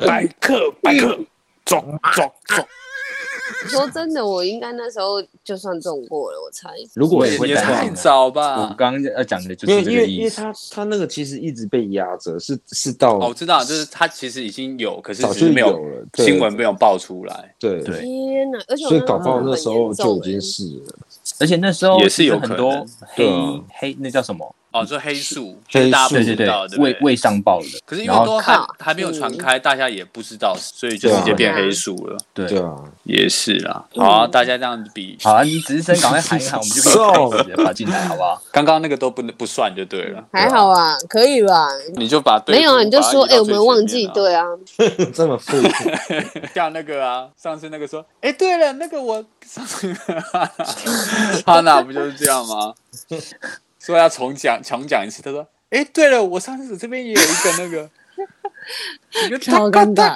百克，走。 说真的，我应该那时候就算中过了，我猜。 如果也会担心太早吧？ 我刚刚要讲的就是这个意思。 因为他那个其实一直被压着，是到我知道，就是他其实已经有，可是早就只是没有了， 新闻没有爆出来。 对， 天哪！而且所以搞不好那时候就已经是了。 而且那时候也是有很多黑那叫什么？ 说黑素，就是大家不知道，对未上报的。 可是因为都还没有传开，大家也不知道，所以就直接变黑素了。 对啊， 也是啦。好，大家这样子比。 好啊，你值日生赶快喊一喊，我们就可以开始爬进来，好不好？ 刚刚那个都不算就对了。 还好啊，可以吧？ 你就把没有，你就说我们忘记，对啊， 这么复杂。 像那个啊，上次那个说，对了，那个我上次哈娜不就是这样吗？说要重讲一次，他说：“对了，我上次这边也有一个那个， 超尴尬，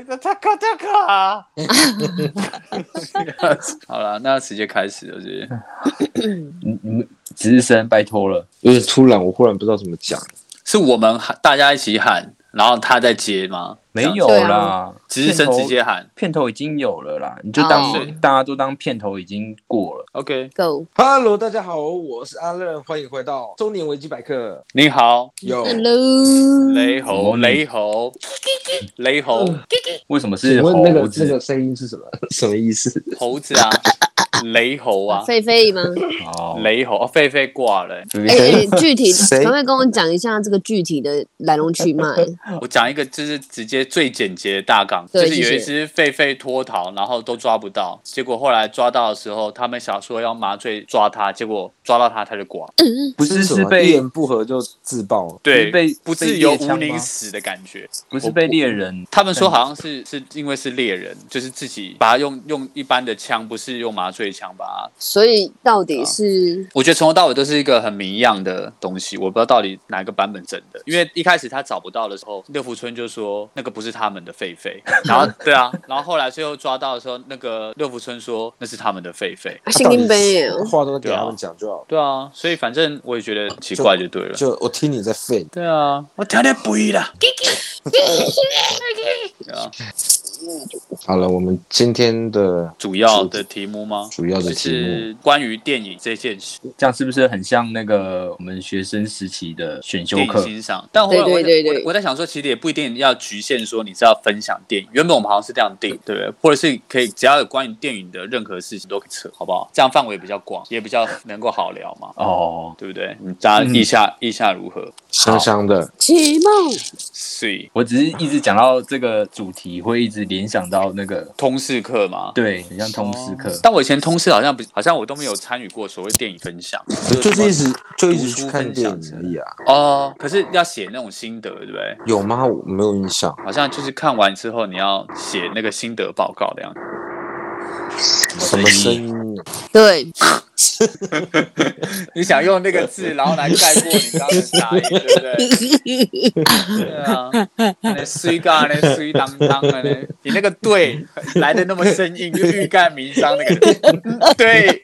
好了，那直接开始了，是你们值日生拜托了， 有点突然，我忽然不知道怎么讲。 是我们大家一起喊，然后他在接吗？ 没有啦， 值日生直接喊， 片头已经有了啦，你就当大家都当片头已经过了。 OK，Go， Hello， 大家好，我是阿任，欢迎回到中年维基百科。 你好， 有 ，Hello， 雷猴， 为什么是猴子？那个声音是什么？什么意思？ 猴子啊。雷猴啊， 狒狒吗？ 雷猴，狒狒挂了。 具体赶快跟我讲一下这个具体的来龙去脉。 我讲一个，就是直接最简洁的大纲，就是有一只狒狒脱逃，然后都抓不到，结果后来抓到的时候，他们想说要麻醉抓他，结果抓到他就挂。 不是被一言不合就自爆， 对，不自由无宁死的感觉， 不是被猎人。 他们说好像是因为是猎人，就是自己把它用一般的枪，不是用麻醉枪把它。 所以到底是， 我觉得从头到尾都是一个很谜样的东西，我不知道到底哪个版本真的。因为一开始他找不到的时候，六福村就说那个不是他们的狒狒，然后对啊，然后后来最后抓到的时候，那个六福村说那是他们的狒狒。 神经病， 话都给他们讲就好。 对啊，所以反正我也觉得奇怪就对了。 就我听你在废。 对啊，我听你背啦。 好了，我们今天的主要的题目吗？ 主要的题目是关于电影这件事， 这样是不是很像那个我们学生时期的选修课？ 电影欣赏。但后来我在想说，其实也不一定要局限说你是要分享电影。原本我们好像是这样定，对不对？或者是可以只要有关于电影的任何事情都可以扯，好不好？这样范围比较广，也比较能够好聊嘛。对不对？你大家意下如何？ 香香的奇梦。 是， 我只是一直讲到这个主题，会一直联想到那个通识课嘛。 对，很像通识课。 但我以前通识好像我都没有参与过所谓电影分享， 就是一直去看电影而已啊。可是要写那种心得，对不对？ 有吗？我没有印象。 好像就是看完之后你要写那个心得报告的样子。 什么声音？ 对， 你想用那个字，然后来盖过你刚刚的杂音，对不对？对啊，那水嘎那水当当的呢，你那个对来的那么生硬，就欲盖弥彰那个对。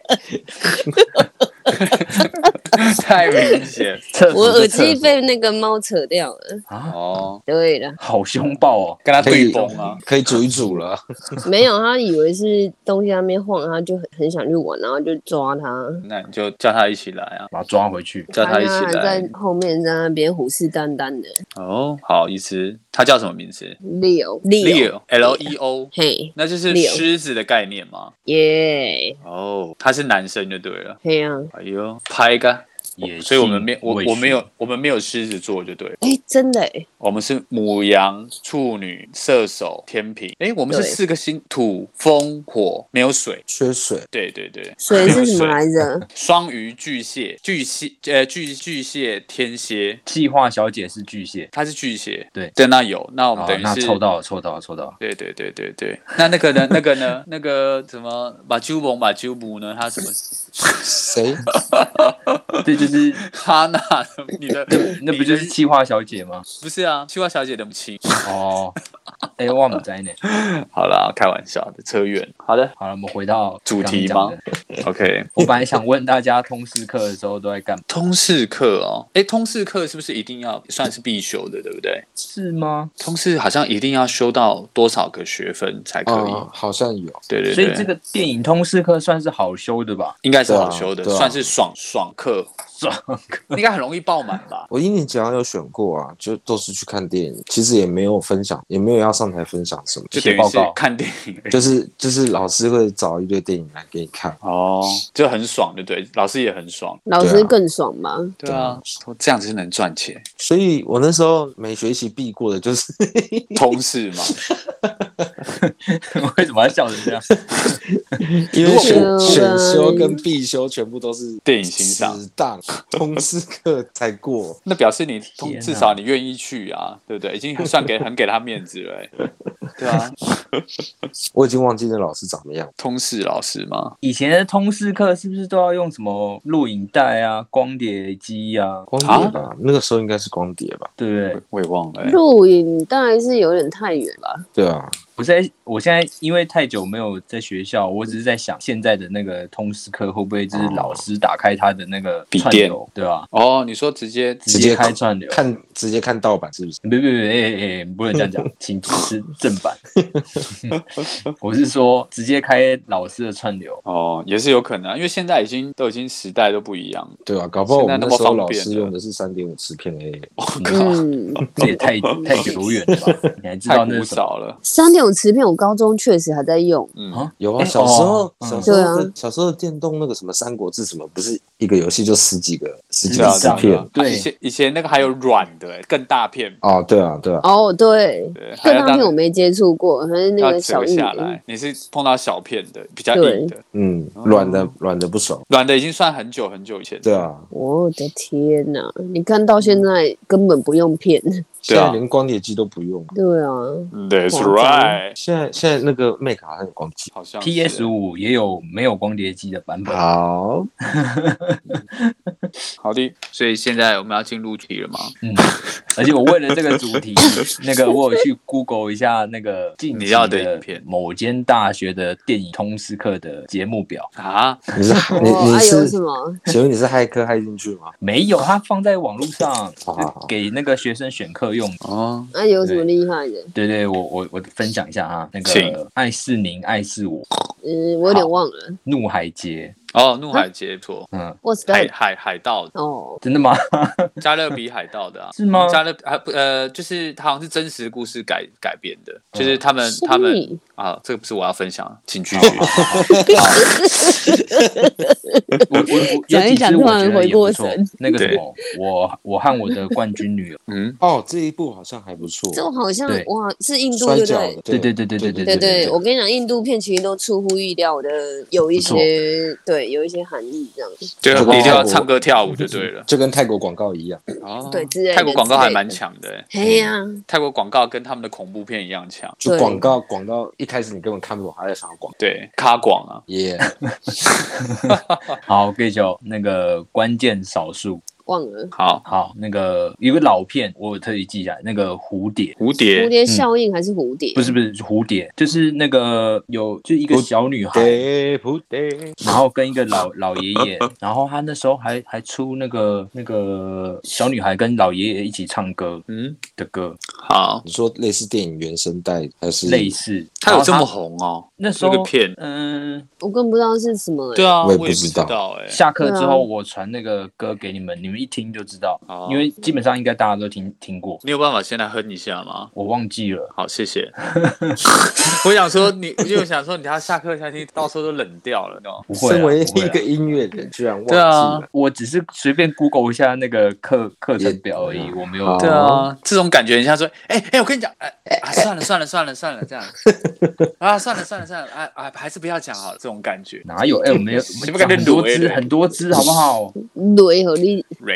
太明显， 我耳机被那个猫扯掉了。对了， 好凶暴哦， 跟他对崩啊， 可以煮一煮了。 没有，他以为是东西在那边晃，他就很想去玩，然后就抓他。 那你就叫他一起来啊， 把他抓回去， 叫他一起来。 在后面在那边虎视眈眈的。 好意思，他叫什么名字 ？Leo Leo， 嘿， 那就是狮子的概念吗？ 耶， 他是男生就对了。 嘿啊， 哎呦，拍一个。所以我们没有狮子座就对了。 真的我们是牡羊、处女、射手、天秤。我们是4个星，土、风、火，没有水， 缺水。 对， 水是什么来着？ 双鱼、巨蟹、巨蟹、天蝎。 企划小姐是巨蟹， 她是巨蟹。 对， 那我们等于是抽到了。 对。那个呢？那个什么马丘姆呢？他什么？ 谁？ 对，就是哈娜，你的那不就是企划小姐吗？ 不是啊，企划小姐的母亲。 我不知道呢。 好啦，开玩笑的，扯远。好了， 我们回到主题吗？ OK， 我本来想问大家通识课的时候都在干嘛？ 通识课哦，通识课是不是一定要算是必修的，对不对？ 是吗？ 通识好像一定要修到多少个学分才可以？ 好像有。 对， 所以这个电影通识课算是好修的吧？ 应该是好修的， 对啊算是爽课。应该很容易爆满吧？ 我1年级好像有选过啊，就都是去看电影，其实也没有分享，也没有要上台分享什么， 就等于是看电影， 就是老师会找一堆电影来给你看， 就很爽，对不对？老师也很爽， 老师更爽吧？ 对啊，这样子能赚钱， 所以我那时候每学期必过的就是通识嘛。 为什么要笑成这样？ 因为选修跟必修全部都是电影欣赏 10档通识课才过， 那表示你至少你愿意去啊，对不对？已经算很给他面子了，对啊。 我已经忘记那老师长什么样。 通识老师吗？ 以前的通识课是不是都要用什么录影带啊、光碟机啊？ 光碟吧，那个时候应该是光碟吧？ 对不对？ 我也忘了。 录影当然是有点太远吧？ 对啊。 我现在因为太久没有在学校，我只是在想现在的那个通识课会不会就是老师打开他的那个串流，对吧？ 你说直接开串流， 直接看盗版是不是？ 别，不能这样讲，请支持正版。我是说直接开老师的串流。 也是有可能，因为现在都已经时代都不一样了， 对啊，搞不好我们那时候老师用的是3.5磁片 A。 这也太久远了吧？你还知道那是什么？ 3.5磁片，我高中确实还在用。 有啊，小时候的电动那个什么三国志什么，不是一个游戏就十几个磁片？ 对，以前那个还有软的，更大片。 对啊。 对，更大片我没接触过，还是那个小硬下来。你是碰到小片的，比较硬的。 软的不熟， 软的已经算很久很久以前。 对啊。 我的天哪！你看到现在根本不用片。 现在连光碟机都不用。 对啊 ，That's right。 现在那个 Mac 好像有光机， 好像 PS5 也有没有光碟机的版本。 好的，所以现在我们要进入题了吗？ 而且我为了这个主题，我有去 Google 一下那个近期的某间大学的电影通识课的节目表啊。 你是什么？ 请问你是骇客骇进去吗？ 没有，它放在网络上给那个学生选课用的。那有什么厉害的？ 对，我分享一下哈，那个爱是您，爱是我。 我有点忘了。 怒海劫。 怒海劫不错。海盗真的吗？ 加勒比海盗的啊？ 是吗？ 就是它好像是真实故事改编的，就是他们这个不是我要分享，请继续。 我讲一讲，突然回过神。那个什么，我和我的冠军女友。这一部好像还不错。 这好像哇，是印度对不对？对，我跟你讲，印度片其实都出乎意料的有一些有一些含义这样子。 就一定要唱歌跳舞就对了， 就跟泰国广告一样。 对， 泰国广告还蛮强的。泰国广告跟他们的恐怖片一样强。 就广告一开始你根本看不懂他在想要广。 对，卡广啊。 好，可以就那个关键少数。 忘了。 好，那个有个老片，我特意记下来，那个蝴蝶效应还是蝴蝶？ 不是蝴蝶，就是那个就一个小女孩，然后跟一个老爷爷，然后他那时候还出那个小女孩跟老爷爷一起唱歌的歌。 好， 你说类似电影原声带还是类似？ 他有这么红哦？ 那时候这个片， 我更不知道是什么。 对啊， 我也不知道。 下课之后我传那个歌给你们，你们一听就知道，因为基本上应该大家都听过。 你有办法先来哼一下吗？ 我忘记了。 好，谢谢。我想说你他下课才听，到时候都冷掉了， 不会。 身为一个音乐人，居然忘记了。 我只是随便 Google 一下那个课程表而已，我没有。 对啊，这种感觉，人家说，我跟你讲，算了，这样啊，算了，还是不要讲好了，这种感觉。 哪有？我们有很多支，好不好？ 对，和你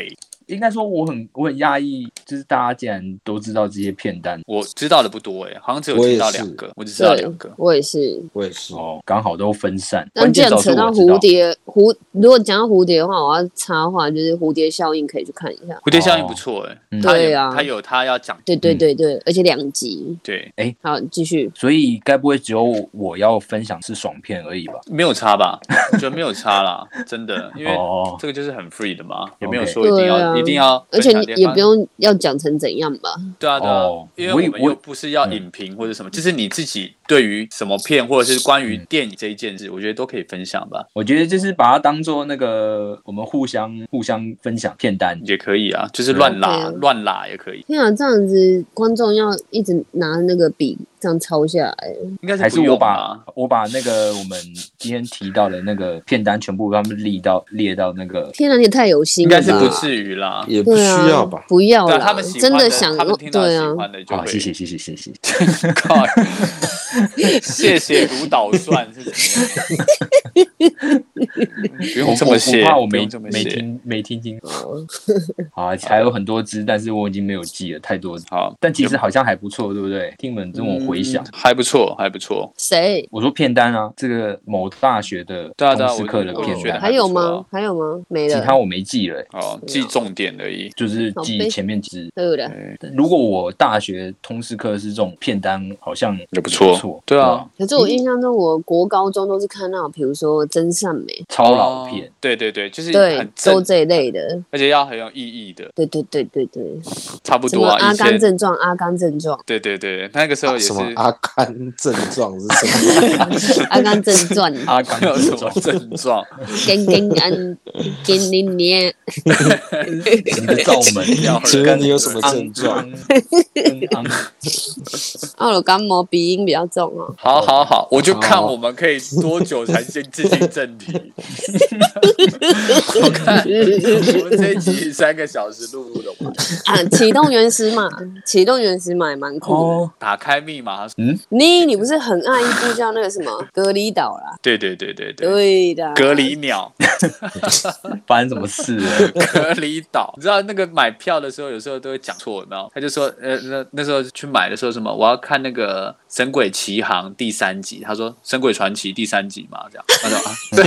应该说我很压抑，就是大家竟然都知道这些片单， 我知道的不多好像只有听到2个，我只知道2个。 我也是哦，刚好都分散。 但既然扯到蝴蝶，如果讲到蝴蝶的话，我要插话，就是蝴蝶效应可以去看一下。 蝴蝶效应不错对啊， 他有他要讲， 对，而且2集。 对， 好，继续。 所以该不会只有我要分享是爽片而已吧？ 没有差吧？我觉得没有差啦，真的，因为这个就是很 free 的嘛，也没有说一定要， 而且也不用要讲成怎样吧？ 对啊，因为我们又不是要影评或者什么，就是你自己对于什么片或者是关于电影这一件事，我觉得都可以分享吧。 我觉得就是把它当做那个我们互相分享片单也可以啊，就是乱拉也可以。 天啊，这样子观众要一直拿那个笔这样抄下来， 应该是还是我把那个我们今天提到的那个片单全部他们列到那个。 天啊，你也太有心了吧？ 应该是不至于啦， 也不需要吧？ 不要啦， 他们喜欢真的想他们听到喜欢的就好，谢谢。 靠，谢谢卢导算是什么？不用这么谢， 我怕我没听清。好，还有很多支，但是我已经没有记了太多支。 好， 但其实好像还不错，对不对？听你们这么回想， 还不错。 谁？ 我说片单啊，这个某大学的通识课的片单， 还有吗？没了。 其他我没记了。 记重点而已， 就是记前面几支。 对的。 如果我大学通识课是这种片单，好像也不错。对啊。 可是我印象中，我国高中都是看到，比如说真善美、 超老片， 对，就是很都这一类的， 而且要很有意义的。 对， 差不多啊。 阿甘正传， 对，那个时候也是。 什么阿甘正传是什么？ 阿甘正传， 阿甘有什么症状？ 跟你念。 你的罩门， 请问你有什么症状？ 我感冒鼻音比较重哦。 好，我就看我们可以多久才先进行正题。我看我们这一集3个小时录的完。 启动原始码也蛮酷的。 打开密码。 你不是很爱一部叫那个什么《隔离岛》啦？对的。 隔离鸟。 发生什么事了？ 隔离岛，你知道那个买票的时候，有时候都会讲错，有没有？他就说，那时候去买的时候什么，我要看那个《神鬼奇航》第3集，他说《神鬼传奇》第3集嘛，这样。他说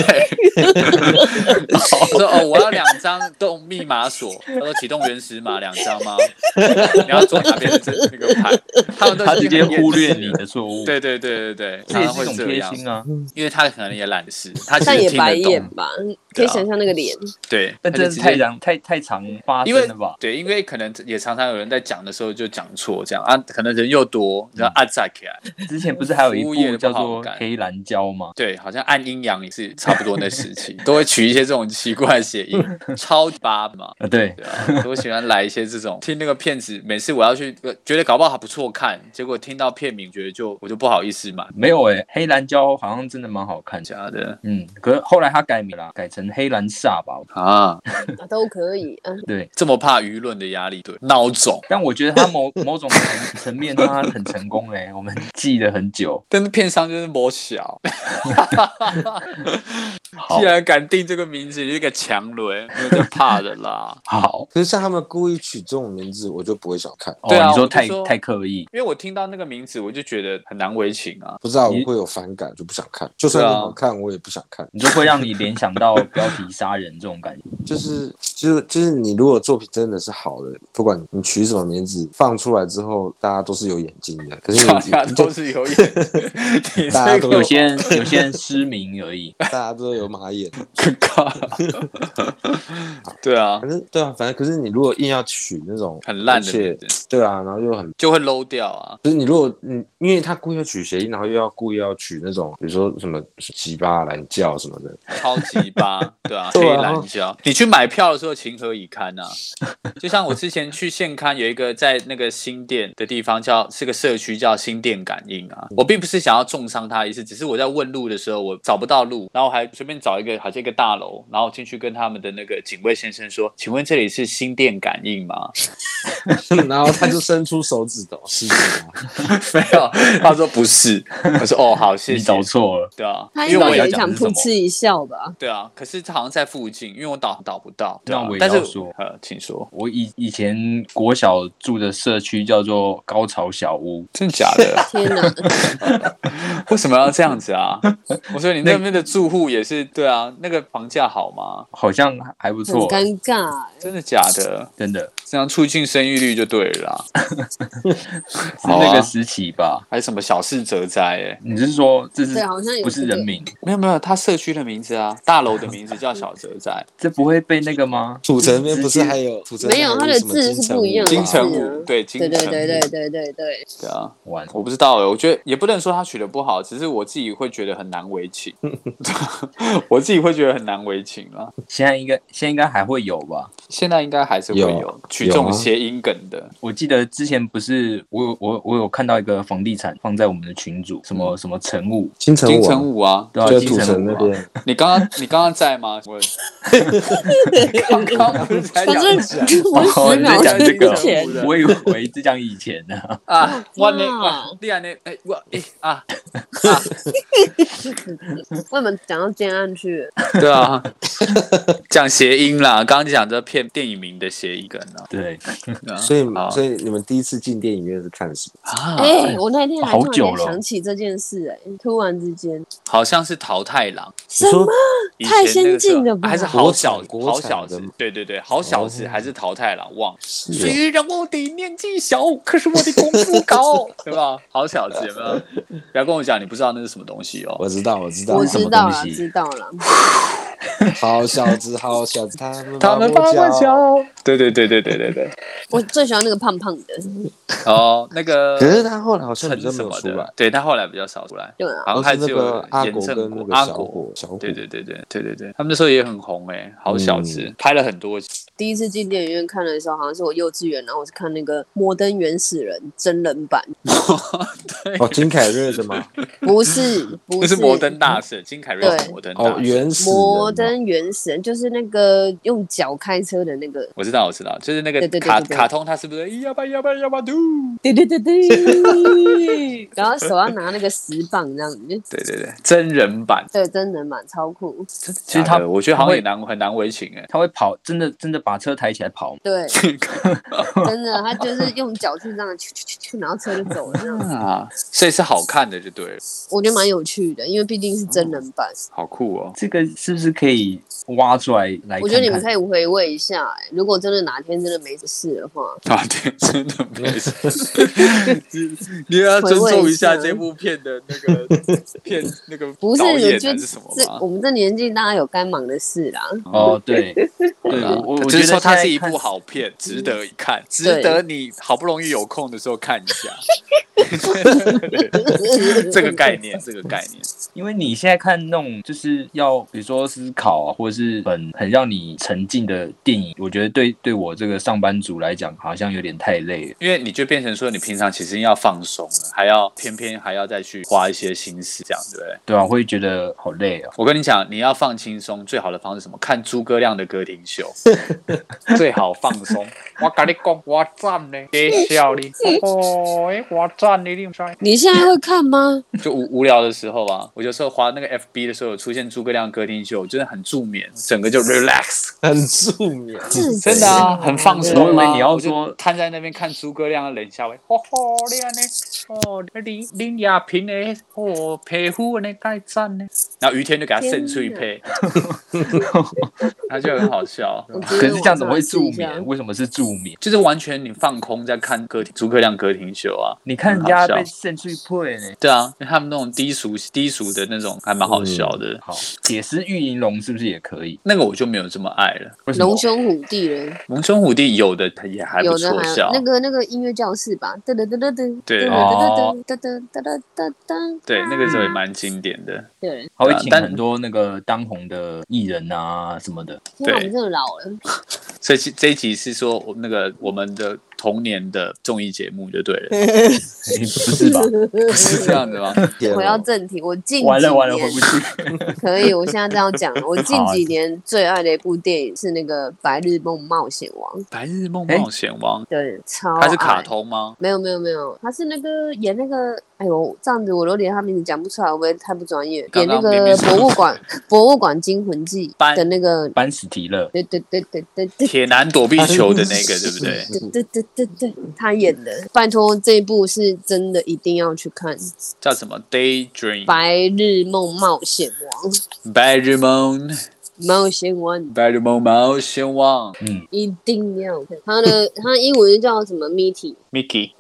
对。我说我要2张动密码锁。他说启动原始码2张吗？你要走哪边的那个牌？ 他直接忽略你的错误。 对， 这也是一种贴心啊， 因为他可能也懒得试，他但也白眼吧。可以想象那个脸， 对， 但真的太常发生了吧？ 对，因为可能也常常有人在讲的时候就讲错，这样啊，可能人又多，然后再起来。 之前不是还有一部叫做《黑蓝胶》吗？ 对，好像按阴阳也是差不多那时期，都会取一些这种奇怪的谐音，超八嘛。 对啊，我喜欢来一些这种，听那个片子，每次我要去觉得搞不好还不错看，结果听到片名，觉得我就不好意思买。 没有黑蓝胶好像真的蛮好看， 假的。 可是后来他改名了，改成黑蓝煞吧？ 都可以。 对， 这么怕舆论的压力，对，孬种。 但我觉得他某种层面他很成功我们记了很久。 但是片商就是魔小，既然敢定这个名字，就是个强人，没有在怕的啦。 好， 可是像他们故意取这种名字，我就不会想看。 对啊， 你说太刻意， 因为我听到那个名字，我就觉得很难为情啊。 不知道我会有反感，就不想看。就算很好看，我也不想看。 你就会让你联想到标题杀人这种感觉。 就是你如果作品真的是好的，不管你取什么名字，放出来之后，大家都是有眼睛的。可是大家都是有眼睛， 大家都有些人失明而已， 大家都有马眼。 对啊， 反正可是你如果硬要取那种很烂的名字， 对啊，然后就会 low 掉啊。 就是你如果因为他故意要取谐音，然后又要故意要取那种，比如说什么鸡巴懒觉什么的， 超鸡巴，对啊，黑懒觉。你去买票的时候情何以堪啊？就像我之前去现刊有一个在那个新店的地方是个社区叫新店感应啊，我并不是想要重伤他的意思，只是我在问路的时候我找不到路，然后还随便找好像一个大楼，然后进去跟他们的那个警卫先生说，请问这里是新店感应吗？ 然后他就伸出手指头，是吗？ 没有，他说不是。我说好，谢谢。 你找错了。 对啊， 他因为我也想噗嗤一笑吧。 对啊，可是他好像在附近，因为我导不到。 那我也但是要说， 请说。 我以前国小住的社区叫做高潮小屋， 真的假的？ 天哪！ 为什么要这样子啊？我说你那边的住户也是对啊，那个房价好吗？ 好像还不错。 很尴尬。 真的假的？ 真的， 这样促进生育率就对了啦。 是那个时期吧？ 还是什么小事则哉？ 你是说这是不是人名？ 没有，他社区的名字啊，大楼的名字叫小泽哉。 这不会被那个吗？ 土城那边不是还有没有，它的字是不一样的。 金城武，对，金城武， 对啊，我不知道我觉得也不能说他取得不好，只是我自己会觉得很难为情。我自己会觉得很难为情啦。 现在应该还会有吧？ 现在应该还是会有取这种谐音梗的。 我记得之前不是我有看到一个房地产放在我们的群组，什么城武， 金城武啊， 对啊， 就土城那边。 你刚刚在吗？我刚不是在讲我在讲这个， 前我以为是讲以前的啊。我呢，你安呢？ 为什么讲到建案去？ 对啊，讲谐音啦，刚刚讲这片电影名的谐音梗啊。 对， 所以你们第一次进电影院是看什么啊？我那天还突然想起这件事，突然之间， 好像是桃太郎。 什么？太先进了吧？ 还是好小子？对，好小子还是桃太郎？忘了。虽然我的年纪小，可是我的功夫高，对吧？好小子有没有？不要跟我讲你不知道那是什么东西哦。 我知道了，知道了。 好小子， 他们八卦脚。对。 我最喜欢那个胖胖的。 哦，那个。 可是他后来好像比较没有出来。 对，他后来比较少出来。 对啊。 然后还只有阿国跟那个小伙。 对，他们那时候也很红好小子，拍了很多。 第一次进电影院看的时候，好像是我幼稚园，然后我是看那个《摩登原始人》真人版。 哦，金凯瑞的吗？ 不是， 那是摩登大神，金凯瑞是摩登大神。 摩登原始人就是那个用脚开车的那个。 我知道，就是那个卡通，他是不是要吧嘟？ 对。然后手要拿那个10磅这样子。 对，真人版。 对，真人版超酷。 其实我觉得好像很难为情他会跑，真的把车抬起来跑。 对，真的，他就是用脚去这样然后车就走了这样子。 所以是好看的就对了。 我觉得蛮有趣的，因为毕竟是真人版。 好酷哦！ 这个是不是可以挖出来看看？ 我觉得你们可以回味一下，如果真的哪天真的没事的话， 哪天真的没事，你要尊重一下这部片的那个那个导演还是什么吗？ 我们这年纪大家有该忙的事啦。 哦，对，我只是说它是一部好片，值得一看，值得你好不容易有空的时候看一下。这个概念， 因为你现在看那种就是要比如说思考啊，或者是很让你沉浸的电影，我觉得对我这个上班族来讲，好像有点太累了。 因为你就变成说，你平常其实要放松了，偏偏还要再去花一些心思，这样对不对？ 对啊，会觉得好累啊。 我跟你讲，你要放轻松，最好的方式是什么？看诸葛亮的歌厅秀，最好放松。我跟你讲，我赞呢，给笑你，我赞你， 你现在会看吗？ 就无聊的时候啊，我有时候滑那个 FB 的时候，有出现诸葛亮歌厅秀，真的很助眠，整个就 relax， 很助眠， 真的啊，很放松啊。 我以为你要说瘫在那边看诸葛亮的冷笑话，你安尼，林亚平的，皮肤的盖赞呢，然后于天就给他渗出一配，他就很好笑。 可是这样怎么会助眠？为什么是助眠？ 就是完全你放空在看诸葛亮歌厅秀啊。 你看人家被渗出一配呢？ 对啊，因为他们那种低俗的那种还蛮好笑的。 好，铁丝玉玲珑是不是也可以？ 那个我就没有这么爱了。 龙兄虎弟了， 龙兄虎弟有的也还不错笑。 那个音乐教室吧，对， 对，那个时候也蛮经典的。 对， 他会请很多那个当红的艺人啊什么的。 对，我们真的老了。 所以这一集是说我们的童年的综艺节目就对了。 不是吧？ 不是这样的吗？ 回到正题，我近几年完了回不去。 可以，我现在这样讲，我近几年最爱的一部电影是那个《白日梦冒险王》。 白日梦冒险王， 对，超爱。 它是卡通吗？ 没有，他是那个演那个哎呦，这样子我都连他名字讲不出来，会不会太不专业？演那个博物馆惊魂记的那个班史提勒， 对， 铁男躲避球的那个，对不对？对，他演的。拜托，这一部是真的一定要去看。 叫什么 Daydream？ 白日梦冒险王。 白日梦冒险王， 白日梦冒险王， 一定要看。他英文叫什么 ？Mickey，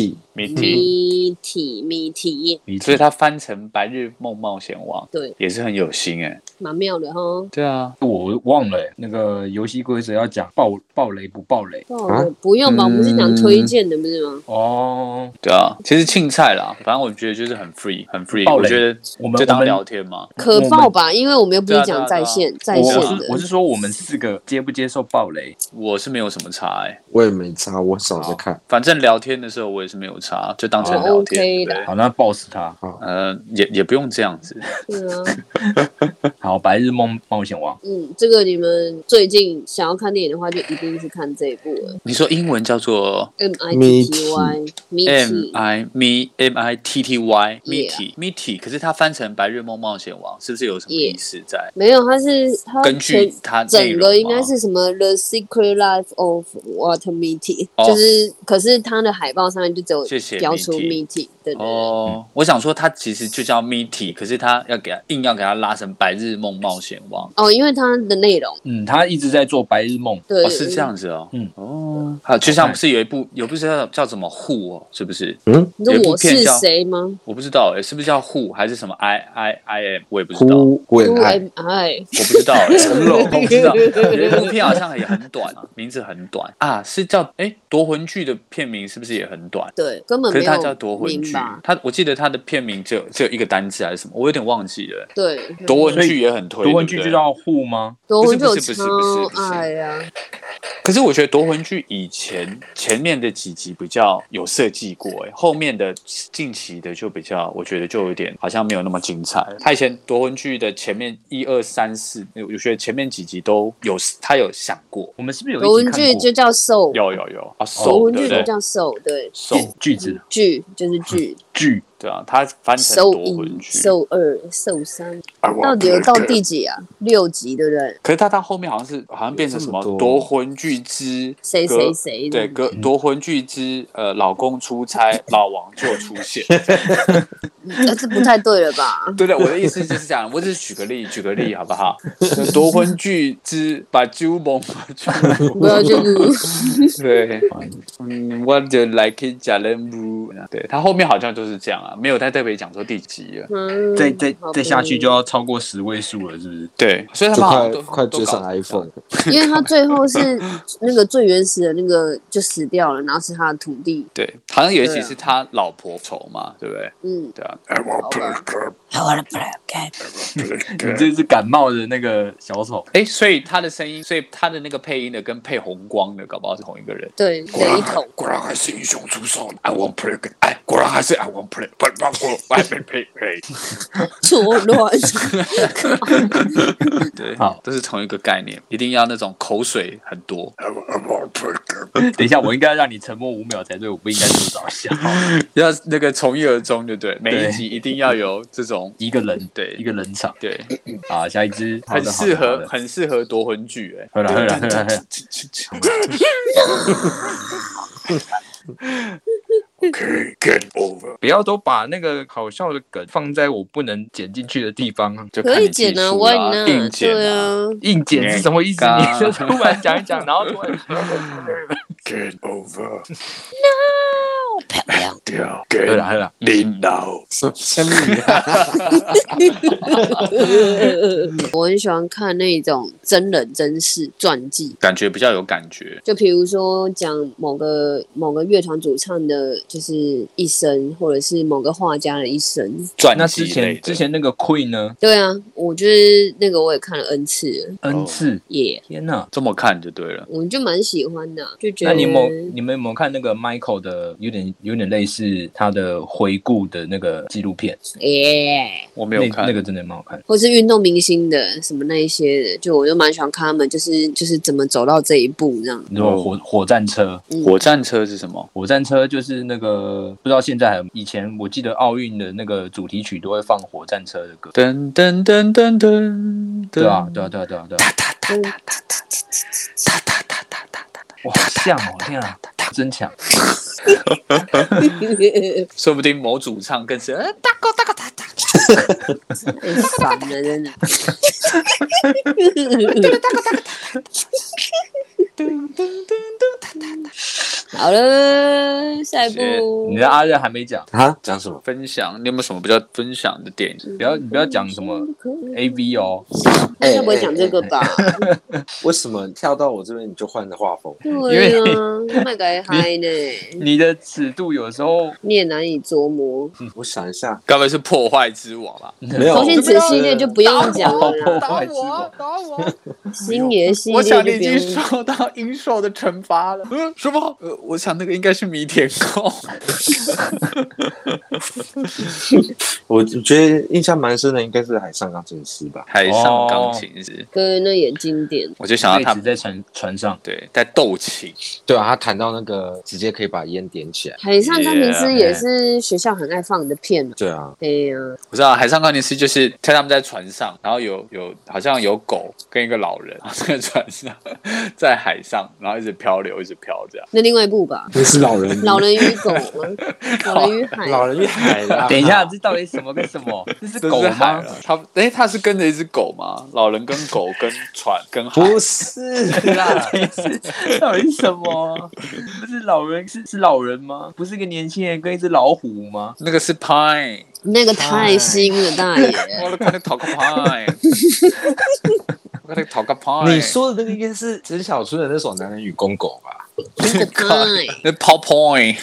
所以他翻成白日梦冒险王， 对， 也是很有心蛮妙的哈。 对啊， 我忘了那个游戏规则要讲爆雷不爆雷不用吧？我们是讲推荐的，不是吗？ 哦，对啊，其实青菜啦，反正我觉得就是很 free， 我觉得我们就当聊天嘛， 可爆吧？因为我们又不是讲在线的。 我是说我们4个接不接受爆雷？ 我是没有什么差我也没差，我少在看。 反正聊天的时候我也是没有差，就当成聊天。 好，那爆死他。 也不用这样子。 是啊。 好，白日梦冒险王。 这个你们最近想要看电影的话，就一定是看这一部了。 你说英文叫做 MITTY， 可是它翻成白日梦冒险王，是不是有什么意思在？ 没有，它根据它整个应该是什么 The Secret Life of Walter Mitty， 就是可是它的海报上面就只有标出 Mitty。对。 我想说它其实就叫 Mitty， 可是它硬要给它拉成白日梦冒险王。 因为它的内容， 他一直在做白日梦。 对， 是这样子哦。好，就像不是有一部叫什么Who是不是？ 你说我是谁吗？ 我不知道是不是叫Who还是什么 I am， 我也不知道。 Who am I？ 我不知道我不知道。有一部片好像也很短名字很短啊，是叫夺魂剧的片名是不是也很短？ 对，根本没有。 可是它叫夺魂剧，我记得它的片名只有一个单字还是什么，我有点忘记了。 对， 夺魂剧也很推。 夺魂剧就叫Who吗？ 夺魂剧不是。 哎呀， 可是我觉得夺魂剧以前面的几集比较有设计过，后面的近期的就比较，我觉得就有点好像没有那么精彩。他以前夺魂剧的前面1、2、3、4，我觉得前面几集都有他有想过。 我们是不是有夺魂剧就叫 Soul？ 有夺魂剧就叫 Soul， 对 ，Soul 剧就是剧。 对啊，它翻成夺魂剧。 Soul 2、Soul 3，到底有到第几啊？6集，对不对？ 可是它到后面好像变成什么夺魂剧之谁？ 对，夺魂剧之老公出差，老王就出现。 这不太对了吧？ 对，我的意思就是这样，我只是举个例好不好？夺魂剧之把酒蒙， 不要这个。 对，我就来去加人物。对，他后面好像就是这样啊，没有太特别讲说第几了。 再下去就要超过10位数了，是不是？ 对，所以他们快追上 iPhone。 因为他最后是那个最原始的那个就死掉了，然后是他的徒弟。 对，好像有一集是他老婆仇嘛，对不对？对啊。I want play 你这是感冒的那个小丑。 所以他的声音，所以他的那个配音的跟配红光的，搞不好是同一个人。 对，一头。 果然还是英雄出手 ，I want play， 果然还是 I want play， 不让我 I play， 错乱。 对，好，都是同一个概念，一定要那种口水很多。 等一下，我应该让你沉默5秒才对，我不应该这么早笑。 要那个从一而终，对不对？每一集一定要有这种一个人， 对， 一个人场， 对。 啊，下一支很适合夺魂剧， 喝了。 Okay, get over。 不要都把那个好笑的梗放在我不能剪进去的地方啊！ 就可以剪啊，我硬剪啊， 硬剪是什么意思？你就突然讲一讲，然后突然 get over。 No， 漂亮。 对了，领导。 我很喜欢看那种真人真事传记， 感觉比较有感觉。 就比如说讲某个乐团主唱的，就是一生，或者是某个画家的一生。 传那之前那个 Queen 呢？ 对啊， 我觉得那个我也看了 N 次了 ，N 次耶！ 天哪， 这么看就对了。 我就蛮喜欢的，就觉得。 那你们有没有看那个 Michael 的有点类似他的回顾的那个纪录片？ 我没有看， 那个真的蛮好看。 或是运动明星的什么那一些的，就我就蛮喜欢看他们，就是怎么走到这一步这样。 你说火战车， 火战车是什么？ 火战车就是那个不知道现在还有，以前我记得奥运的那个主题曲都会放火战车的歌。 噔噔噔噔噔， 对啊。哇，像哦，天啊，真强！ 说不定某主唱更是大哥， 太烦了，真的。好了，下一部。 你的阿任还没讲啊？讲什么？ 分享？你有没有什么比较分享的电影？ 你不要讲什么 AV 哦。 他不会讲这个吧？ 为什么跳到我这边你就换了画风？ 对啊，卖给嗨呢。 你的尺度有时候你也难以琢磨。 我想一下， 该不会是破坏之王吧？ 没有， 周星驰系列就不用讲了啦。 打我！ 星爷系列我想你已经受到阴寿的惩罚了。什么？我想那个应该是弥田共。 我觉得印象蛮深的应该是《海上钢琴师》吧， 《海上钢琴师》 对，那也经典。 我就想到他们在船上， 对，在斗琴。 对啊，他弹到那个直接可以把烟点起来。 海上钢琴师也是学校很爱放的片。 对啊， 对呀。 我知道《海上钢琴师》就是他们在船上，然后有好像有狗跟一个老人在船上，在海上，然后一直漂流，一直漂这样。 那另外一部吧， 那是老人与狗吗？老人与海。 老人与海啦。 等一下，这到底什么跟什么？这是狗吗？ 他是跟着一只狗吗？老人跟狗跟船跟海？ 不是啦， 到底是什么？不是老人是老人吗？不是个年轻人跟一只老虎吗？ 那个是 Pine。 那个太新了，大爷！ 我快点讨个 Pine。我快点讨个 Pine。 你说的那个应该是陈小春的那首《男人与公狗》吧？ 那 Pop Point。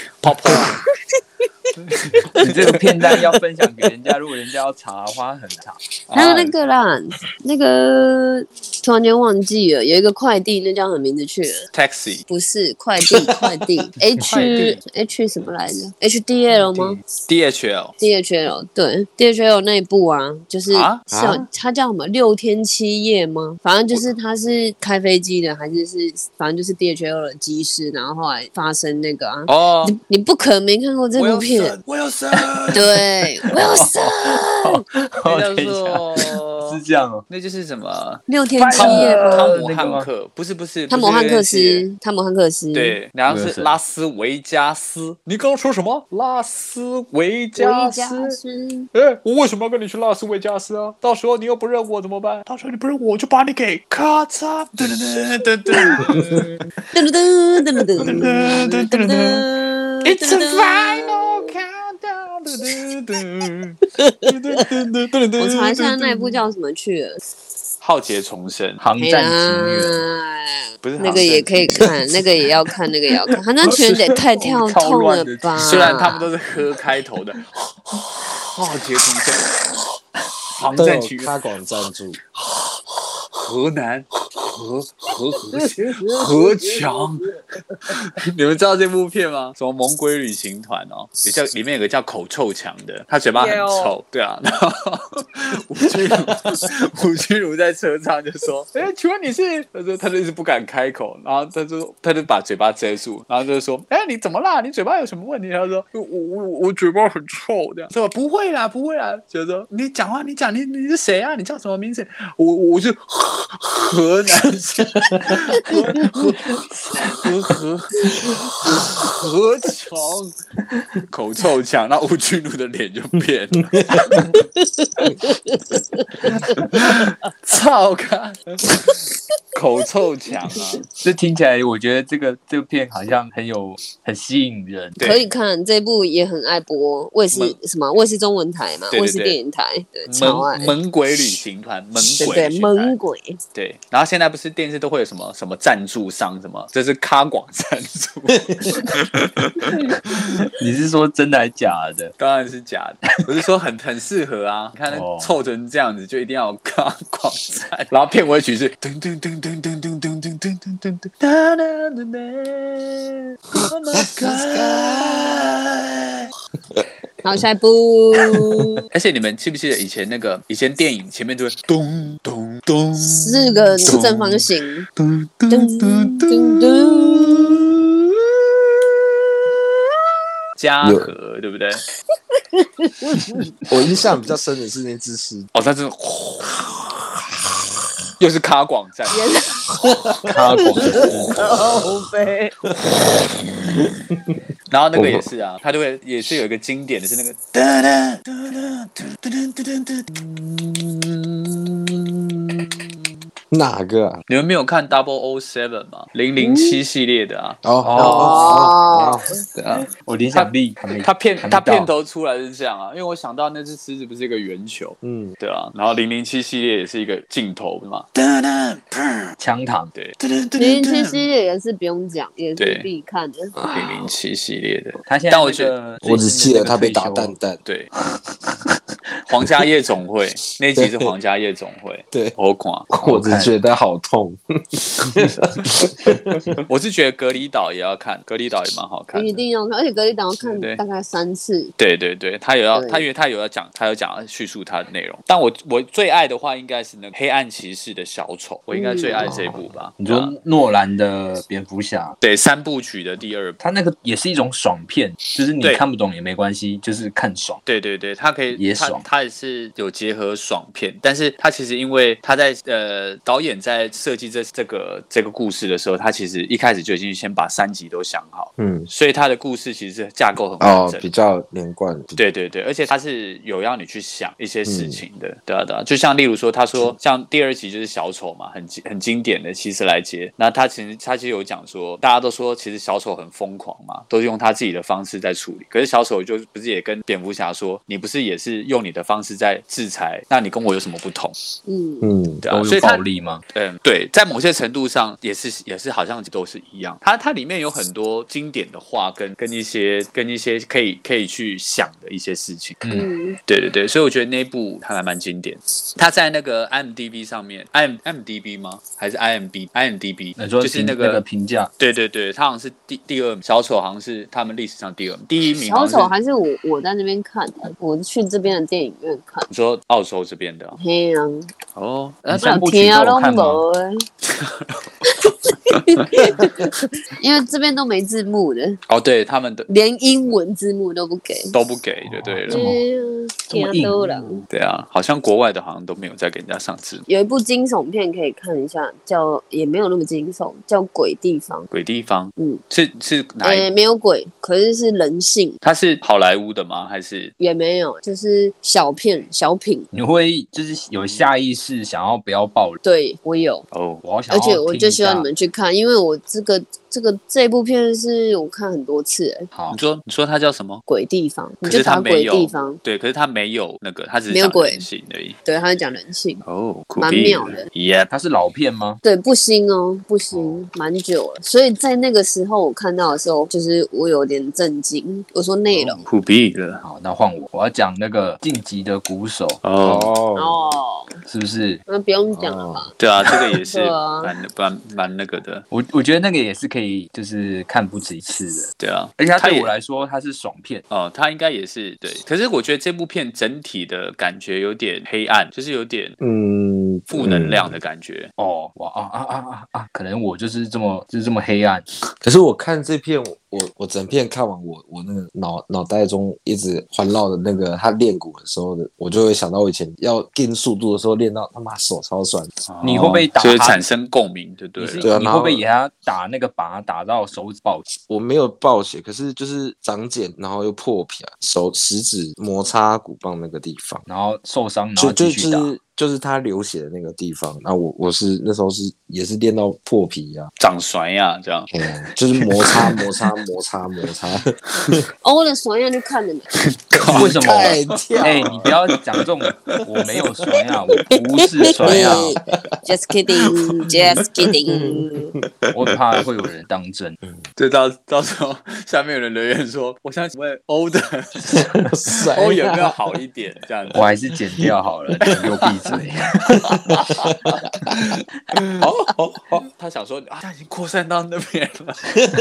你这个片段要分享给人家，如果人家要查的话，很长。 还有那个啦，那个突然间忘记了，有一个快递，那叫什么名字去了 ？Taxi 不是快递H 什么来着 ？HDL 吗 ？DHL 对 DHL 那一部啊，就是它叫什么6天7夜吗？反正就是他是开飞机的，还是反正就是 DHL 的机师，然后后来发生那个啊，你不可能没看过这部片。 Wilson， 对 Wilson， 那叫做是这样哦， 那就是什么 6天7夜吗？ 汤姆汉克不是汤姆汉克斯， 对，然后是拉斯维加斯。你刚刚说什么？拉斯维加斯？我为什么要跟你去拉斯维加斯啊？到时候你又不认我怎么办？到时候你不认我，我就把你给咔嚓！噔噔噔噔噔噔噔噔噔噔 It's a final countdown。 我查一下那一部叫什么去了。 浩劫重生， 航战情缘， 不是那个也可以看，那个也要看，航战情缘得太跳痛了吧？ 虽然他们都是喝开头的，浩劫重生，航战情缘， 开广赞助。 河南何强，你们知道这部片吗？什么猛鬼旅行团哦，里面有个叫口臭强的，他嘴巴很臭，对啊。然后吴君如在车上就说：“请问你是？”他就一直不敢开口，然后他就把嘴巴遮住，然后就说：“你怎么啦？你嘴巴有什么问题？”他说：“我嘴巴很臭。”这样说不会啦，就说你讲话，你是谁啊？你叫什么名字？我是河南省何强，口臭强，那吴君如的脸就变了，操看，口臭强啊！ 这听起来，我觉得这个片好像很吸引人， 可以看这部也很爱播，卫视中文台嘛，卫视电影台，对，超爱。 猛鬼旅行团，猛鬼， 对，猛鬼， 对。然后现在不是电视都会会有什么什么赞助商什么，这是咖广赞助。 你是说真的还假的？ 当然是假的，我是说很适合啊！你看凑成这样子，就一定要有咖广赞，然后片尾曲是噔噔噔噔噔噔噔噔噔噔噔噔哒哒哒哒 ，Oh my God！ 好，下一部。 而且你们记不记得以前电影前面就会咚咚咚 4个正方形， 咚咚咚咚咚，嘉禾对不对？ 我印象比较深的是那只狮， 哦，它真的。又是咖广赞， 咖广好悲。 然后那个也是啊，它就会也是有一个经典的是那个哒哒哒哒哒哒哒哒。 哪个啊？ 你们没有看 007 吗？007系列的啊。 对啊，我联想力他片头出来是这样啊，因为我想到那只狮子不是一个圆球，对啊，然后007系列也是一个镜头嘛， 枪膛， 对 ，007系列也是不用讲，也是必看的。 007系列的， 他现在但我觉得我只记得他被打蛋蛋， 对。皇家夜总会那集是皇家夜总会， 对， 好看， 我只觉得好痛。 我是觉得格里岛也要看，格里岛也蛮好看的， 一定要看，而且格里岛要看大概3次。 对对对，他因为他有讲叙述他的内容。但我最爱的话应该是那个黑暗骑士的小丑，我应该最爱这一部吧。 你说诺兰的蝙蝠侠， 对，3部曲的第2部， 他那个也是一种爽片，就是你看不懂也没关系，就是看爽。 对对对，他可以也爽， 他也是有结合爽片，但是他其实因为他在导演在设计这个故事的时候，他其实一开始就已经先把3集都想好，所以他的故事其实是架构很完整， 比较连贯。 对对对，而且他是有让你去想一些事情的，对啊对啊，就像例如说，他说像第2集就是小丑嘛，很经典的希斯莱杰，那他其实有讲说，大家都说其实小丑很疯狂嘛，都是用他自己的方式在处理，可是小丑就不是也跟蝙蝠侠说，你不是也是用你的方式在制裁，那你跟我有什么不同？对啊，所以暴力吗？ 对，在某些程度上也是好像都是一样。它里面有很多经典的话跟一些可以去想的一些事情。对对对，所以我觉得那一部它还蛮经典。它在那个 IMDB 上面 ，IMDB 吗？还是 IMDB？ 就是那个评价。 对对对，它好像是第2名，小丑好像是他们历史上第2名，第1名小丑还是我在那边看的，我去这边的电影院看。 你说澳洲这边的？ 嘿啊。 哦， 那3部曲都有看吗？ 因为这边都没字幕的。 哦，对，他们的连英文字幕都不给， 就对了。 这么硬。 对啊，好像国外的好像都没有再给人家上字幕。 有一部惊悚片可以看一下，也没有那么惊悚，叫《鬼地方》。 鬼地方，是哪一？ 没有鬼，可是是人性。 它是好莱坞的吗？还是也没有，就是小品。 你会就是有下意识想要不要爆雷？ 对，我有。 哦， 我好想要而且我就希望你们去看，因为我这部片是我看很多次。 好，你说它叫什么？ 鬼地方，你就打鬼地方。 对，可是它没有那个，它只是讲人性而已。 对，它是讲人性。 哦， 蛮妙的。 它是老片吗？ 对，不新哦，不新，蛮久了。所以在那个时候我看到的时候，就是我有点震惊。我说内容。 酷毙了。 好，那换我要讲那个晋级的鼓手。是不是？ 那不用讲了吧？ 对啊，这个也是蛮那个的。 我觉得那个也是可以，就是看不止一次的。 对啊， 而且它对我来说，它是爽片哦，它应该也是对。可是我觉得这部片整体的感觉有点黑暗，就是有点负能量的感觉。 哦，哇可能我就是这么黑暗。 可是我看这片，我整片看完，我那个脑袋中一直环绕的那个他练鼓的时候的，我就会想到我以前要练速度的时候练到他妈手超酸。 你会不会打？ 就是产生共鸣，对不对？ 对啊， 你会不会给他打那个把他打到手指爆血？ 我没有爆血，可是就是长茧，然后又破皮，食指摩擦鼓棒那个地方， 然后受伤，然后继续打。 就是他流血的那个地方。那我是那时候也是练到破皮啊， 长甩呀这样， 就是摩擦。 我的甩呀就看了没？ 为什么？你不要讲这种，我没有甩呀，我不是甩呀。 Just kidding。 我怕会有人当真。 对，到时候下面有人留言说，我想请问欧的欧有没有好一点？这样子， 我还是剪掉好了，你给我闭嘴。 他想说他已经扩散到那边了。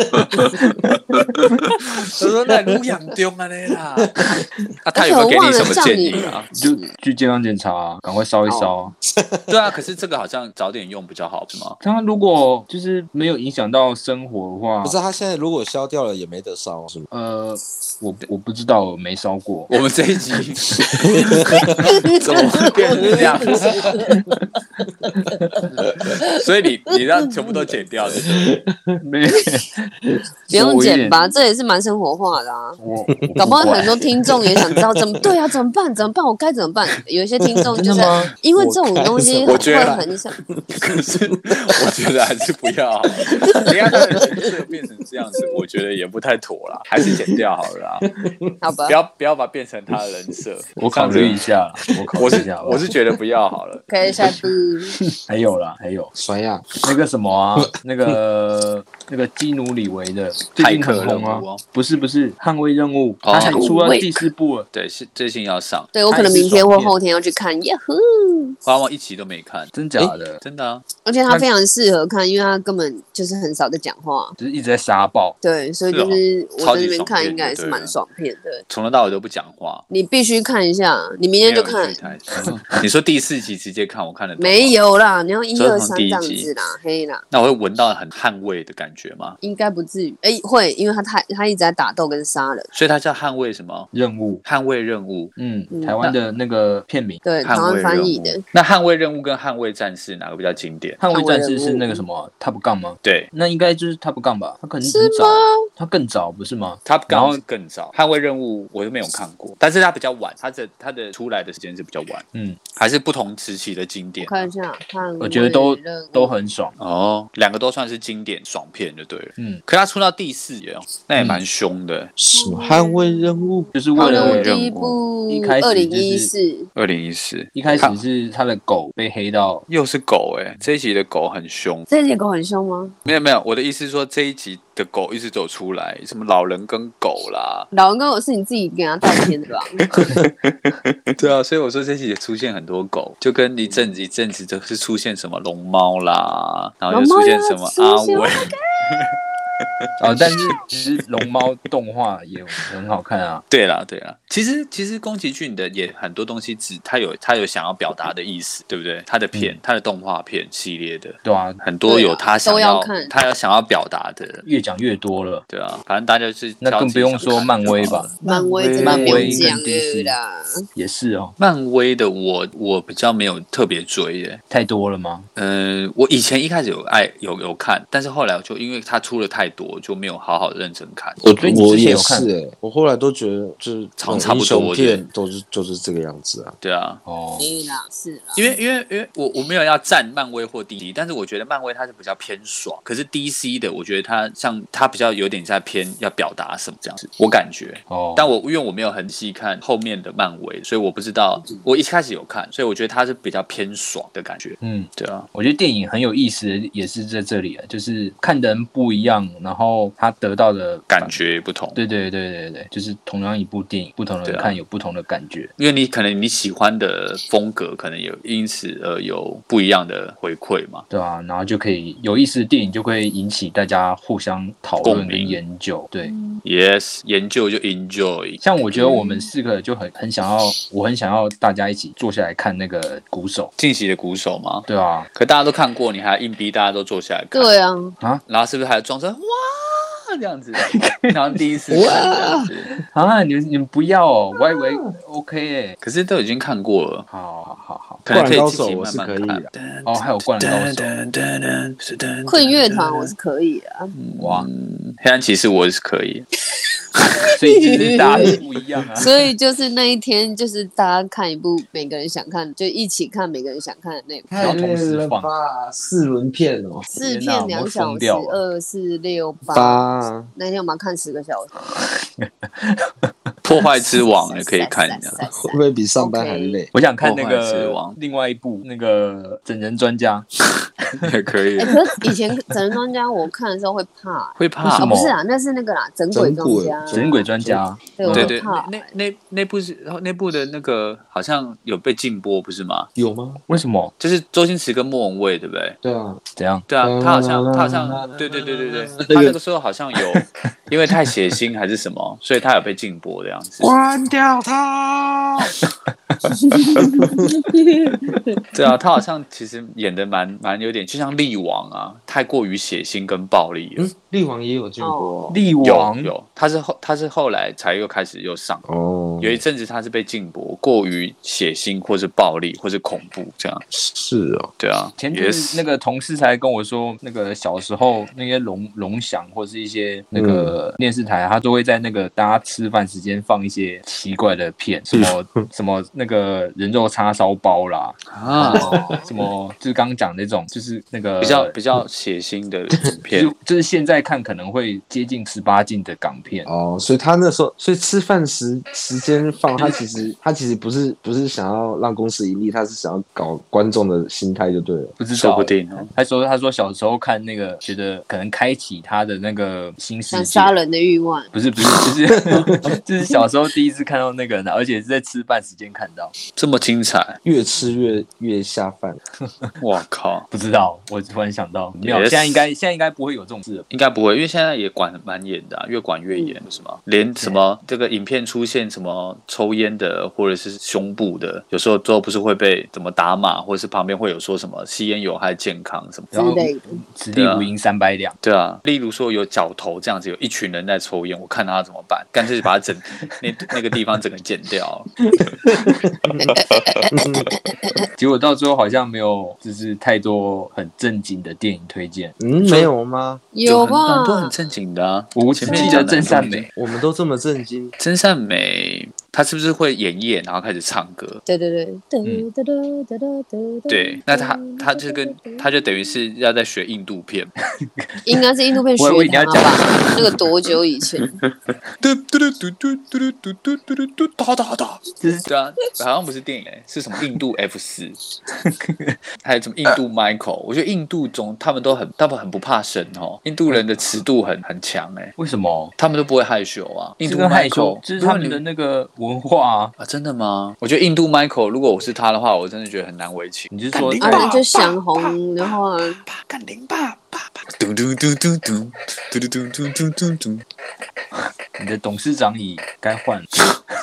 他说那路养丢啊那啦。他有没有给你什么建议啊？ 就去健康检查啊，赶快烧一烧。 对啊，可是这个好像早点用比较好，是吗？ 他如果就是没有影响到生活的话， 不是他现在如果消掉了也没得烧，是吗？ 我不知道，我没烧过。 我们这一集怎么会变成这样？所以你让全部都剪掉的， 没不用剪吧？这也是蛮生活化的啊。搞不好很多听众也想知道怎么办？我该怎么办？有一些听众就是因为这种东西会很想， 可是我觉得还是不要。你看他的人设变成这样子，我觉得也不太妥啦，还是剪掉好了啦。 好吧， 不要把它变成他的人设。 我考虑一下， 我是觉得不要好了。 可以下步。 还有甩呀， 那个什么啊，那个基努里维的最近很红啊，不是捍卫任务，他才出到第4部了。 对，是最近要上。 对，我可能明天或后天要去看。耶呼！ 花花一集都没看， 真假的？ 真的啊！ 而且他非常适合看，因为他根本就是很少在讲话， 就是一直在杀爆。 对，所以就是我在那边看应该也是蛮爽片的。 从头到尾都不讲话， 你必须看一下，你明天就看。 你说第4集直接看，我看得懂。 没有啦，你要1、2、3这样子啦，黑啦。 那我会闻到很捍卫的感觉吗？ 应该不至于，会，因为他一直在打斗跟杀人， 所以他叫捍卫什么任务？ 捍卫任务。 台湾的那个片名， 对，台湾翻译的。 那捍卫任务跟捍卫战士哪个比较经典？ 捍卫战士是那个什么 Top Gun 吗？ 对， 那应该就是 Top Gun 吧？他可能是吗？ 他更早不是吗 ？Top Gun 更早，捍卫任务我都没有看过，但是它比较晚，它的出来的时间是比较晚。还是不同时期的经典。 我看一下， 我觉得都很爽哦，两个都算是经典爽片就对了。可他出到第4集哦，那也蛮凶的。 什么捍卫任务？ 就是为了第一部， 一开始 2014， 一开始是他的狗被黑到， 又是狗这一集的狗很凶。 这一集狗很凶吗？ 没有，我的意思是说这一集的狗一直走出来，什么老人跟狗啦， 老人跟狗是你自己给他道歉的吧？ 对啊，所以我说这集也出现很多狗，就跟一阵子就是出现什么龙猫啦，然后又出现什么阿伟。 但是其实龙猫动画也很好看啊。 对啦，其实宫崎骏的也很多东西他有想要表达的意思，对不对？他的动画片系列的， 对啊， 很多有他想要表达的， 越讲越多了。 对啊，反正大家就是那更不用说漫威吧， 漫威真的不用讲了啦。 也是哦， 漫威的我比较没有特别追耶， 太多了吗？ 我以前一开始有看，但是后来就因为他出了太多，就没有好好认真看。 我也是我后来都觉得就是差不多片就是这个样子啊。 对啊， 是啦， 因为我没有要站漫威或 DC， 但是我觉得漫威它是比较偏爽，可是 DC 的我觉得它比较有点在偏要表达什么这样子，我感觉。但因为我没有很细看后面的漫威，所以我不知道。我一开始有看，所以我觉得它是比较偏爽的感觉。对啊， 我觉得电影很有意思的也是在这里啊，就是看的人不一样，然后他得到的感觉不同。 对，就是同样一部电影，不同的人看有不同的感觉。 因为你可能你喜欢的风格可能有因此而有不一样的回馈嘛。 对啊，然后就可以有意思的电影就会引起大家互相讨论跟研究。对 ，yes， 研究就 enjoy。 像我觉得我们4个就很想要，我很想要大家一起坐下来看那个鼓手近期的鼓手吗？ 对啊， 可大家都看过，你还硬逼大家都坐下来看？ 对啊， 然后是不是还装成哇这样子？然后第一次看你们不要哦，我以为 OK 可是都已经看过了。 好， 可能可以灌篮高手我是可以的。 还有灌篮高手， 困乐团我是可以的。 哇， 黑暗骑士我是可以。 所以就是大家不一样啊。 所以就是那一天，就是大家看一部每个人想看，就一起看每个人想看的那部。 太累了吧，4轮片哦 ，4片2小时，2、4、6、8。那天我们要看10个小时。 破坏之王也可以看一下， 会不会比上班还累？ 我想看那个另外一部那个整人专家， 也可以。 可是以前整人专家我看的时候会怕， 会怕？ 不是啊，那是那个啦，整鬼专家。 整鬼专家， 对，那部的那个好像有被禁播，不是吗？ 有吗？ 为什么？ 就是周星驰跟莫文蔚，对不对？ 对啊， 怎样？ 对啊，他好像，对，他那个时候好像有，因为太血腥还是什么，所以他有被禁播的样子。 关掉他！ 对啊，他好像其实演的蛮有点，就像力王啊，太过于血腥跟暴力了。 力王也有禁播， 力王有，他是后来才又开始又上哦。 有一阵子他是被禁播，过于血腥或是暴力或是恐怖这样。 是哦， 对啊。 前阵子那个同事才跟我说，那个小时候那些龙祥或是一些那个电视台，他都会在那个大家吃饭时间放一些奇怪的片，什么那个人肉叉烧包啦，什么就是刚刚讲那种，就是那个比较血腥的片， 就是现在看可能会接近18禁的港片哦。所以他那时候，所以吃饭时间放，他其实不是想要让公司盈利，他是想要搞观众的心态就对了。 不知道， 说不定哦。 他说小时候看那个，觉得可能开启他的那个新世界， 想杀人的欲望。 不是，就是小时候第一次看到那个人，而且是在吃饭时间看到， 这么精彩， 越吃越下饭。 我靠， 不知道，我突然想到，没有，现在应该不会有这种事了， 应该不会，因为现在也管蛮严的，越管越严，是吗？连什么这个影片出现什么抽烟的或者是胸部的，有时候都不是会被怎么打码，或者是旁边会有说什么吸烟有害健康什么之类的， 此地无银300两。 对啊，例如说有角头这样子，有一群人在抽烟，我看他怎么办？干脆把他那个地方整个剪掉。 结果到最后好像没有，就是太多很正经的电影推荐。 没有吗？ 有吧， 很多很正经的啊。 我记得真善美， 我们都这么震惊。 真善美，他是不是会演一演，然后开始唱歌？ 对， 对，那他就等于是要在学印度片， 应该是印度片学他吧？那个多久以前？ 对啊，好像不是电影是什么印度 F4，还有什么印度 Michael？我觉得印度他们很不怕生哦，印度人的尺度很强为什么？ 他们都不会害羞啊？印度 Michael 这是他们的那个文化啊，真的吗？我觉得印度 Michael 如果我是他的话，我真的觉得很难为情。 你是说就想红的话， 干零爸。嘟嘟嘟嘟嘟嘟嘟嘟嘟嘟嘟， 你的董事长椅该换了。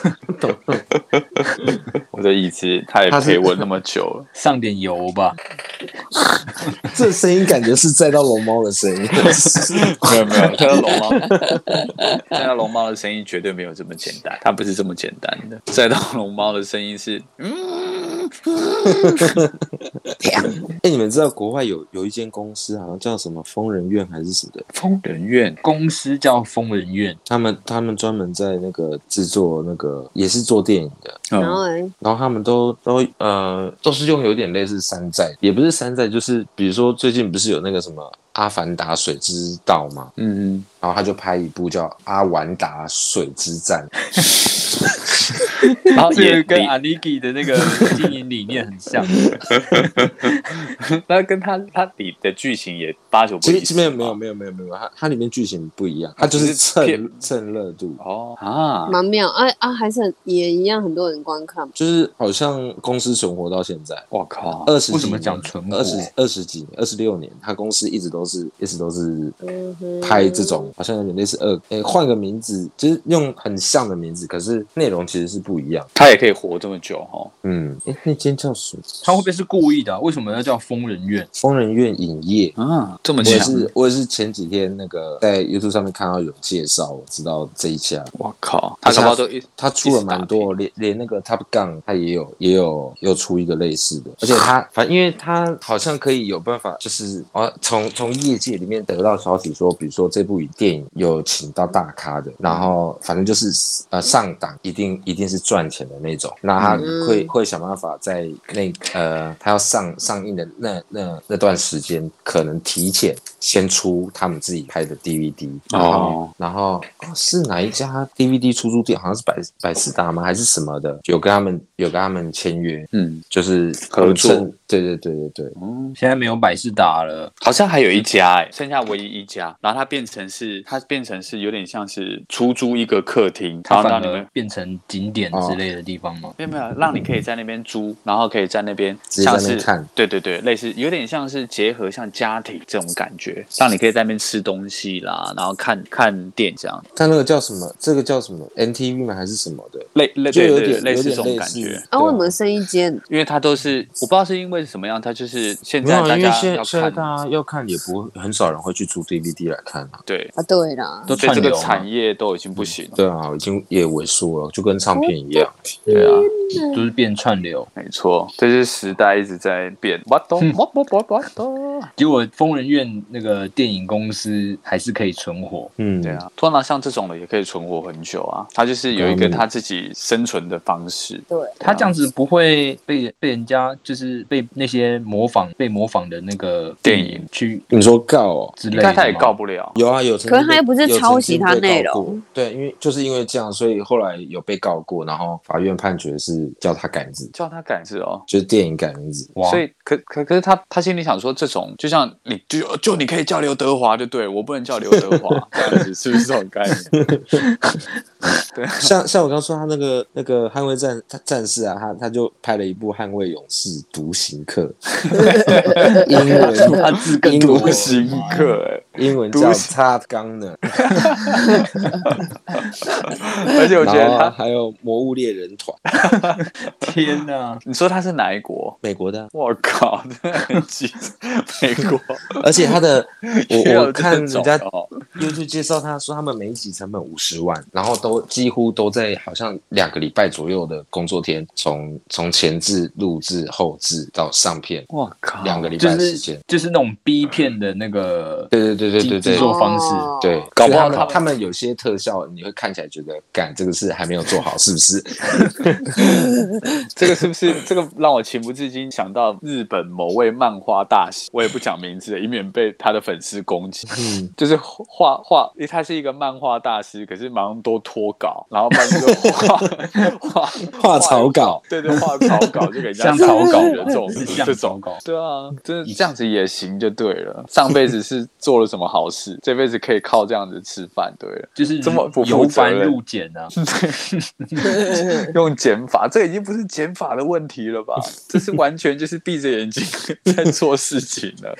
我的椅子他也陪我那么久了， 上点油吧。 这声音感觉是载到龙猫的声音。 没有，载到龙猫的声音绝对没有这么简单，它不是这么简单的。载到龙猫的声音是你们知道国外有一间公司好像叫什么疯人院还是什么的？ 疯人院公司叫疯人院， 他们专门在那个制作那个也是做电影的，然后他们都是用有点类似山寨，也不是山寨，就是比如说最近不是有那个什么阿凡达水之道嘛，然后他就拍一部叫阿凡达水之战。 然后这个跟阿尼基的那个经营理念很像， 那跟他里的剧情也89不一。 没有，它里面剧情不一样，它就是蹭热度蛮妙啊，还是也一样，很多人观看， 就是好像公司存活到现在， 我靠 ，20几年，为什么讲存活 ？20几年，26年，他公司一直都是拍这种，好像有点类似换个名字，就是用很像的名字，可是内容其实是不一样。 他也可以活这么久那间叫什么？ 他会不会是故意的？为什么要叫疯人院？ 疯人院影业这么强。 我也是前几天那个在 YouTube 上面看到有介绍，我知道这一家。 我靠， 他出了蛮多，连那个 Top Gun 他也有出一个类似的，而且他因为他好像可以有办法，就是从从业界里面得到消息说，比如说这部电影有请到大咖的，然后反正就是上档一定是赚钱的那种，那他会想办法在他要上映的那段时间，可能提前先出他们自己拍的 DVD， 然后是哪一家 DVD 出租店，好像是百视达吗？还是什么的？有跟他们签约，就是合作。 对。 现在没有百视达了， 好像还有一家剩下唯一一家，然后它变成是有点像是出租一个客厅，然后让你们变成景点之类的地方吗？ 没有，让你可以在那边租，然后可以在那边像是看， 对，类似有点像是结合像家庭这种感觉，让你可以在那边吃东西啦，然后看店这样。 但那个叫什么？这个叫什么 NTV 吗？还是什么的？ 就有点类似这种感觉。 为什么剩一间？ 因为它都是我不知道是因为什么样，它就是现在大家要看， 现在大家要看也很少人会去租 DVD 来看啊。 对对啦， 所以这个产业都已经不行了。 对啊，已经也萎缩了，就跟唱片一样。 对啊， 就是变串流。 没错，这是时代一直在变。 结果疯人院那个电影公司还是可以存活。 对啊，通常像这种的也可以存活很久啊。他就是有一个他自己生存的方式。 对， 他这样子不会被人家就是被那些模仿的那个电影去你说告之类的， 但他也告不了。 有， 可是他又不是抄袭他内容。 对，因为这样，所以后来有被告过，然后法院判决是叫他改字， 哦， 就是电影改名字。 所以可是他心里想说，这种就像你就你可以叫刘德华就对，我不能叫刘德华，这样子是不是这种概念？对， 像我刚说他那个捍卫战士啊，他就拍了一部《捍卫勇士独行客》，英文他字更独行客， 英文叫 Top Gunner， 而且我觉得他还有魔物猎人团。 天哪！ 你说他是哪一国？ 美国的。 我靠，真的很急，美国。 而且他的我看人家 YouTube 介绍，他说他们每一集成本50万，然后几乎都在好像2个礼拜左右的工作天，从前置、录制、后置到上片， 我靠 ，2个礼拜时间， 就是那种 B 片的那个对制作方式， 对， 搞不好他们有些特效你会看起来觉得，干这个是还没有做好，是不是？ 这个是不是这个让我情不自禁想到日本某位漫画大师，我也不讲名字，以免被他的粉丝攻击。就是画，因为他是一个漫画大师，可是马上都脱稿，然后把这个画草稿， 对，画草稿就给人家像草稿的这种，对啊，真的这样子也行就对了。上辈子是做了什么好事，这辈子可以靠这样子吃饭，对了， 就是这么不由负责任繁入简啊， 用减法，这已经不是减法的问题了吧？这是完全就是闭着眼睛在做事情了。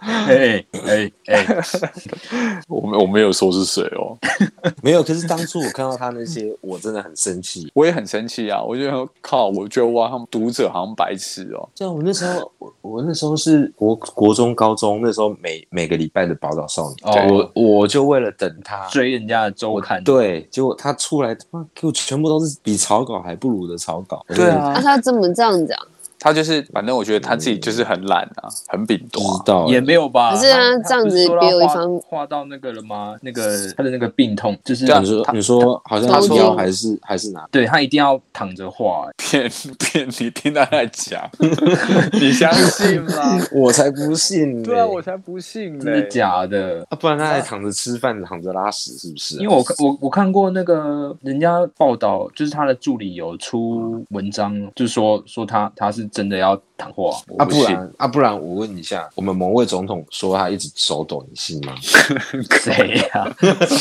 我没有说是谁哦， 没有。可是当初我看到他那些，我真的很生气， 我也很生气啊！我觉得靠，我觉得哇，他们读者好像白痴哦。 像我那时候，我那时候是国中、高中，那时候每个礼拜的《宝岛少年》，我就为了等他追人家的周刊， 对，结果他出来，他妈给我全部都是比草稿还不如的草稿。 对啊， 他怎么这样讲？ 他就是，反正我觉得他自己就是很懒啊，很秉多、 知道也没有吧？ 可是他这样子别有一方画到那个了吗？那个他的那个病痛，就是你说好像他腰还是哪？ 对他一定要躺着画， 骗你听他在讲，你相信吗？ 我才不信！ 对啊，我才不信！ 真的假的？ 不然他还躺着吃饭，躺着拉屎，是不是？ 因为我看过那个人家报道，就是他的助理有出文章，就是说他是真的要谈话不然我问一下，我们某位总统说他一直手抖，你信吗？ 谁呀？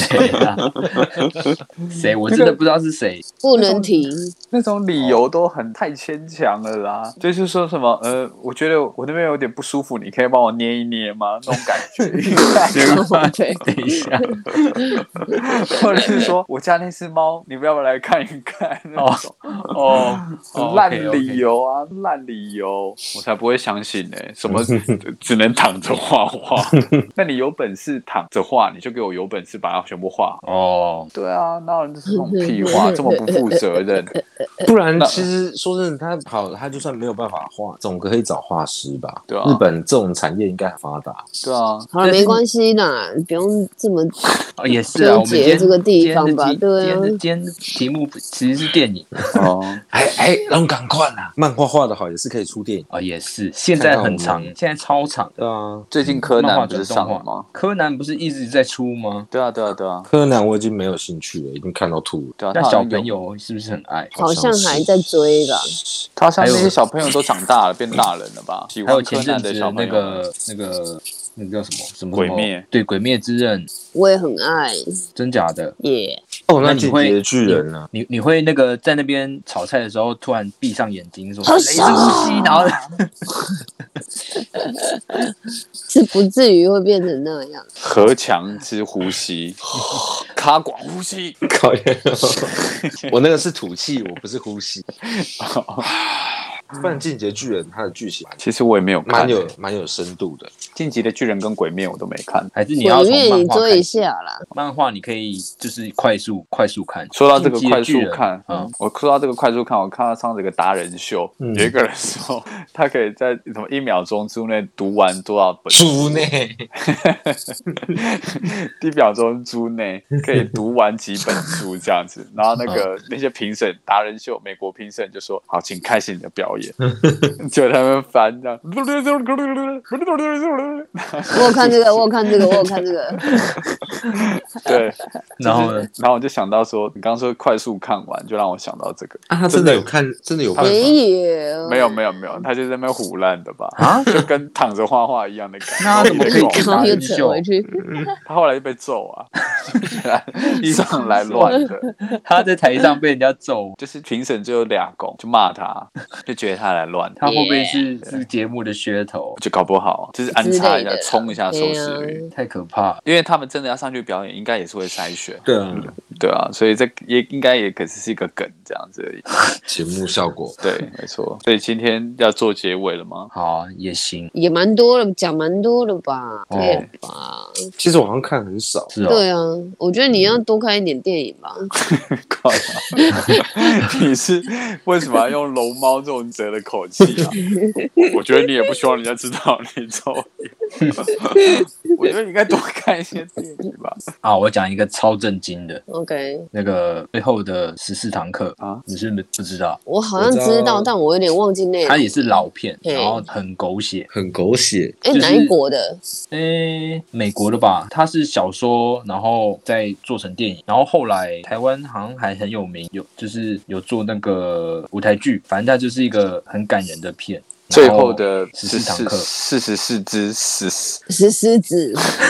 谁？我真的不知道是谁， 不能提。 那种理由都太牵强了啦。就是说什么我觉得我那边有点不舒服，你可以帮我捏一捏吗？那种感觉。 等一下， 或者是说我家那只猫，你们要不要来看一看？那种烂理由啊，烂烂理由，我才不会相信呢。什么只能躺着画画？那你有本事躺着画，你就给我有本事把它全部画。哦，对啊，那人就是这种屁话，这么不负责任。 不然其实说真的，他就算没有办法画，总可以找画师吧？ 对啊， 日本这种产业应该很发达。 对啊， 好了，没关系啦，不用这么也是啊，我们这个地方吧，对啊。 今天题目其实是电影哦，然后赶快啦，漫画画的好也是可以出电影啊，也是，现在很长，现在超长。 对啊， 最近柯南不是上了吗？ 柯南不是一直在出吗？ 对啊。 柯南我已经没有兴趣了，已经看到吐了。 对啊， 那小朋友是不是很爱？ 好像还在追吧。 他像那些小朋友都长大了，变大人了吧？喜欢柯南的小朋友。 那个叫什么鬼灭？ 对，鬼灭之刃我也很爱， 真假的？ 耶！ 那进击的巨人呢？ 你会那个在那边炒菜的时候突然闭上眼睛说雷之呼吸，然后是不至于会变成那样。 合强之呼吸，卡广呼吸。 我那个是吐气，我不是呼吸。不然进击的巨人它的剧情其实我也没有看， 蛮有深度的。 进击的巨人跟鬼灭我都没看， 还是你要从漫画追一下啦。 漫画你可以就是快速看。 说到这个快速看，我说到这个快速看，我看到上次有个达人秀，有一个人说他可以在什么1秒钟之内读完多少本书内 ，1秒钟之内可以读完几本书这样子。然后那些评审达人秀美国评审就说：“好，请开始你的表演。”就他们翻这样。 我有看这个。 对， 然后我就想到说，你刚刚说快速看完，就让我想到这个。 他真的有看，真的有看？ 没有，他就在那边唬烂的吧？就跟躺着画画一样的感觉。 那怎么可以然后又扯回去？ 他后来就被揍啊，上来乱的。 他在台上被人家揍， 就是评审就有2公就骂他，就觉得他来乱。 他会不会是节目的噱头？ 就搞不好就是安插一下，冲一下收视率， 太可怕了。 因为他们真的要上去表演，应该也是会筛选。 对啊， 所以这也应该也可是一个梗这样子而已， 节目效果。 对，没错。所以今天要做结尾了吗？ 好啊，也行， 也蛮多了，讲蛮多了吧？对吧？ 其实我好像看很少。 对啊，我觉得你要多看一点电影吧。 你是为什么要用龙猫这种哲的口气啊？我觉得你也不希望人家知道你抽烟。我觉得你应该多看一些电影吧。 啊，我讲一个超震惊的。 OK， 那个最后的14堂课啊，你是不是不知道？ 我好像知道，但我有点忘记内容。 它也是老片，然后很狗血。 哪一国的？ 美国的吧。它是小说，然后再做成电影，然后后来台湾好像还很有名，就是有做那个舞台剧，反正它就是一个很感人的片。 最后的 14堂课 ，44只死石子。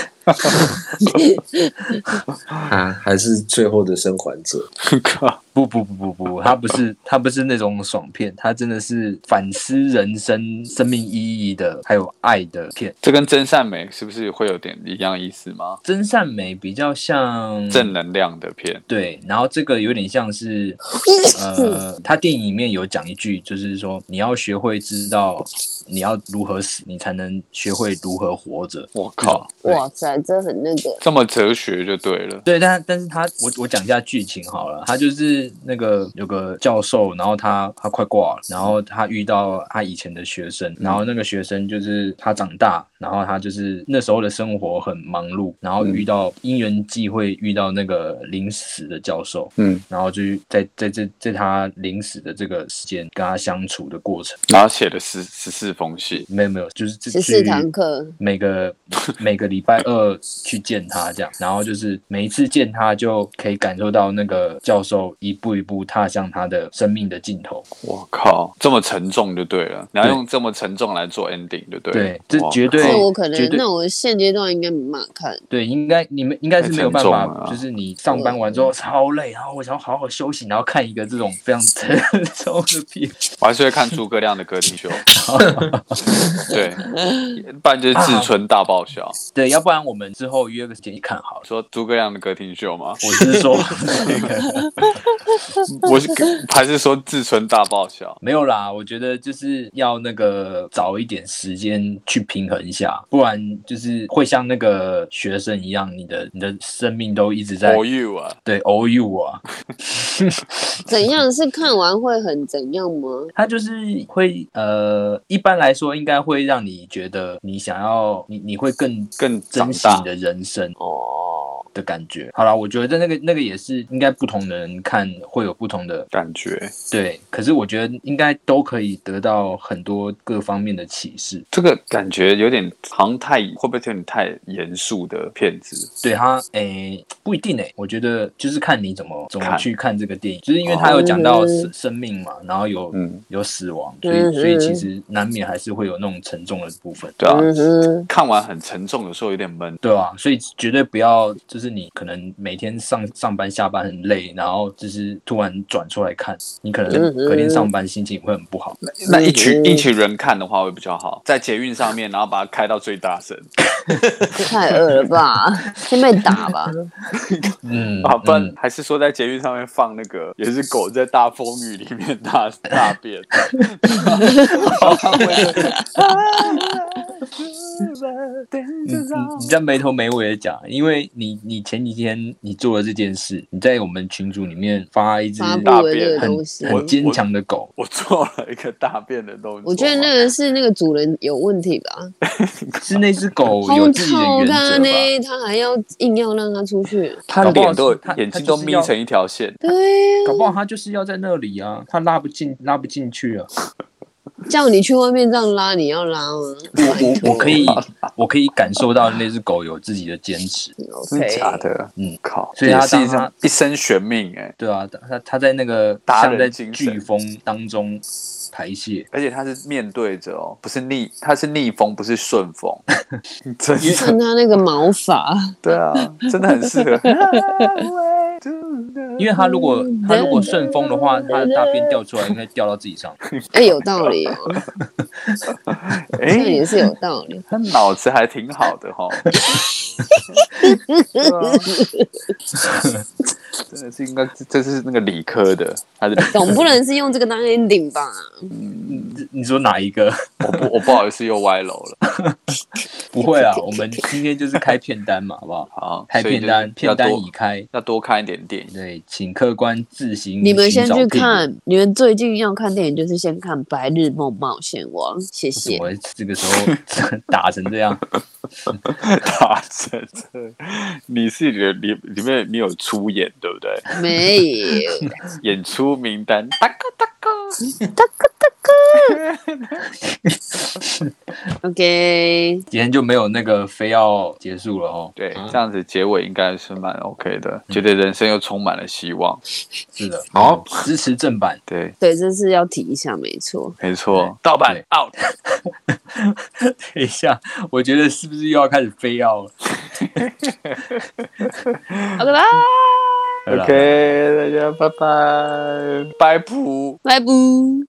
还是最后的生还者。 不，他不是那种爽片，他真的是反思人生、生命意义的，还有爱的片。 这跟真善美是不是会有点一样意思吗？ 真善美比较像正能量的片， 对，然后这个有点像是，他电影里面有讲一句，就是说你要学会知道你要如何死，你才能学会如何活着。 我靠， 哇塞，这很那个， 这么哲学就对了。 对，但是他我讲一下剧情好了，他就是那个有个教授，然后他快挂了，然后他遇到他以前的学生，然后那个学生就是他长大，然后他就是那时候的生活很忙碌，然后遇到因缘际会遇到那个临死的教授，然后就在他临死的这个时间跟他相处的过程， 然后写了14封信， 没有，就是 14堂课， 每个礼拜2去见他这样，然后就是每一次见他就可以感受到那个教授一步一步踏向他的生命的尽头。 我靠，这么沉重就对了，你要用这么沉重来做 ending 就对了。 对，这绝对那我现阶段应该没办法看。 对，你们应该是没有办法，就是你上班完之后超累，然后我想要好好休息，然后看一个这种非常沉重的片。 我还是会看诸葛亮的歌厅秀。对，不然就是志春大爆笑。 对，要不然我们之后约个时间一看好了。 说诸葛亮的歌厅秀吗？ 我是说， 还是说志春大爆笑？ 没有啦，我觉得就是要那个找一点时间去平衡一下，不然就是会像那个学生一样，你的生命都一直在 all you 啊， 对 all you 啊。 怎样是看完会很怎样吗？ 它就是会一般来说应该会让你觉得你想要你会更珍惜你的人生的感觉。好啦，我觉得那个也是应该不同的人看会有不同的感觉。 对，可是我觉得应该都可以得到很多各方面的启示。 这个感觉有点好像会不会有点太严肃的片子？ 对它不一定我觉得就是看你怎么去看这个电影，就是因为它有讲到生命嘛，然后有死亡，所以其实难免还是会有那种沉重的部分。 对啊，看完很沉重，有时候有点闷。 对啊，所以绝对不要就是你可能每天上班下班很累，然后就是突然转出来看，你可能隔天上班心情会很不好。 那一群人看的话会比较好，在捷运上面，然后把它开到最大声。 太恶了吧，先被打吧。 不然还是说在捷运上面放那个也是狗在大风雨里面大便。 你这样没头没尾的讲，因为你前几天你做了这件事，你在我们群组里面发一只大便很坚强的狗， 我做了一个大便的动作。 我觉得那个是那个主人有问题吧， 是那只狗有自己的原则吧？ 他还要硬要让它出去， 他眼睛都眯成一条线。 对， 搞不好他就是要在那里啊，他拉不进去啊。 叫你去外面这样拉，你要拉吗？ 我可以感受到那只狗有自己的坚持。 真的假的？靠！ 所以它一生悬命对啊，它在那个像在飓风当中排泄， 而且它是面对着不是它是逆风，不是顺风。 看它那个毛发， 对啊，真的很适合。 因为它如果顺风的话，它的大便掉出来应该掉到自己上。 有道理哦。这也是有道理。 他脑子还挺好的哈。真的是应该，这是那个理科的，还是总不能是用这个当 ending 吧？ 你说哪一个？ 我不好意思又歪楼了。 不会啦，我们今天就是开片单嘛，好不好？ 好， 开片单，片单已开， 要多看一点电影。 对，请客官自行。 你们先去看，你们最近要看电影就是先看《白日梦冒险王》，谢谢。 我这个时候打成这样， 打成这样，你是里面你有出演对不对？ 没有。 演出名单，大哥。 OK， 今天就没有那个非要结束了哦。 对，这样子结尾应该是蛮 OK 的，觉得人生又充满了希望。 是的，好，支持正版。 对， 这是要提一下，没错。 盗版 out。 等一下，我觉得是不是又要开始非要了 ？OK， 大家拜拜，拜拜。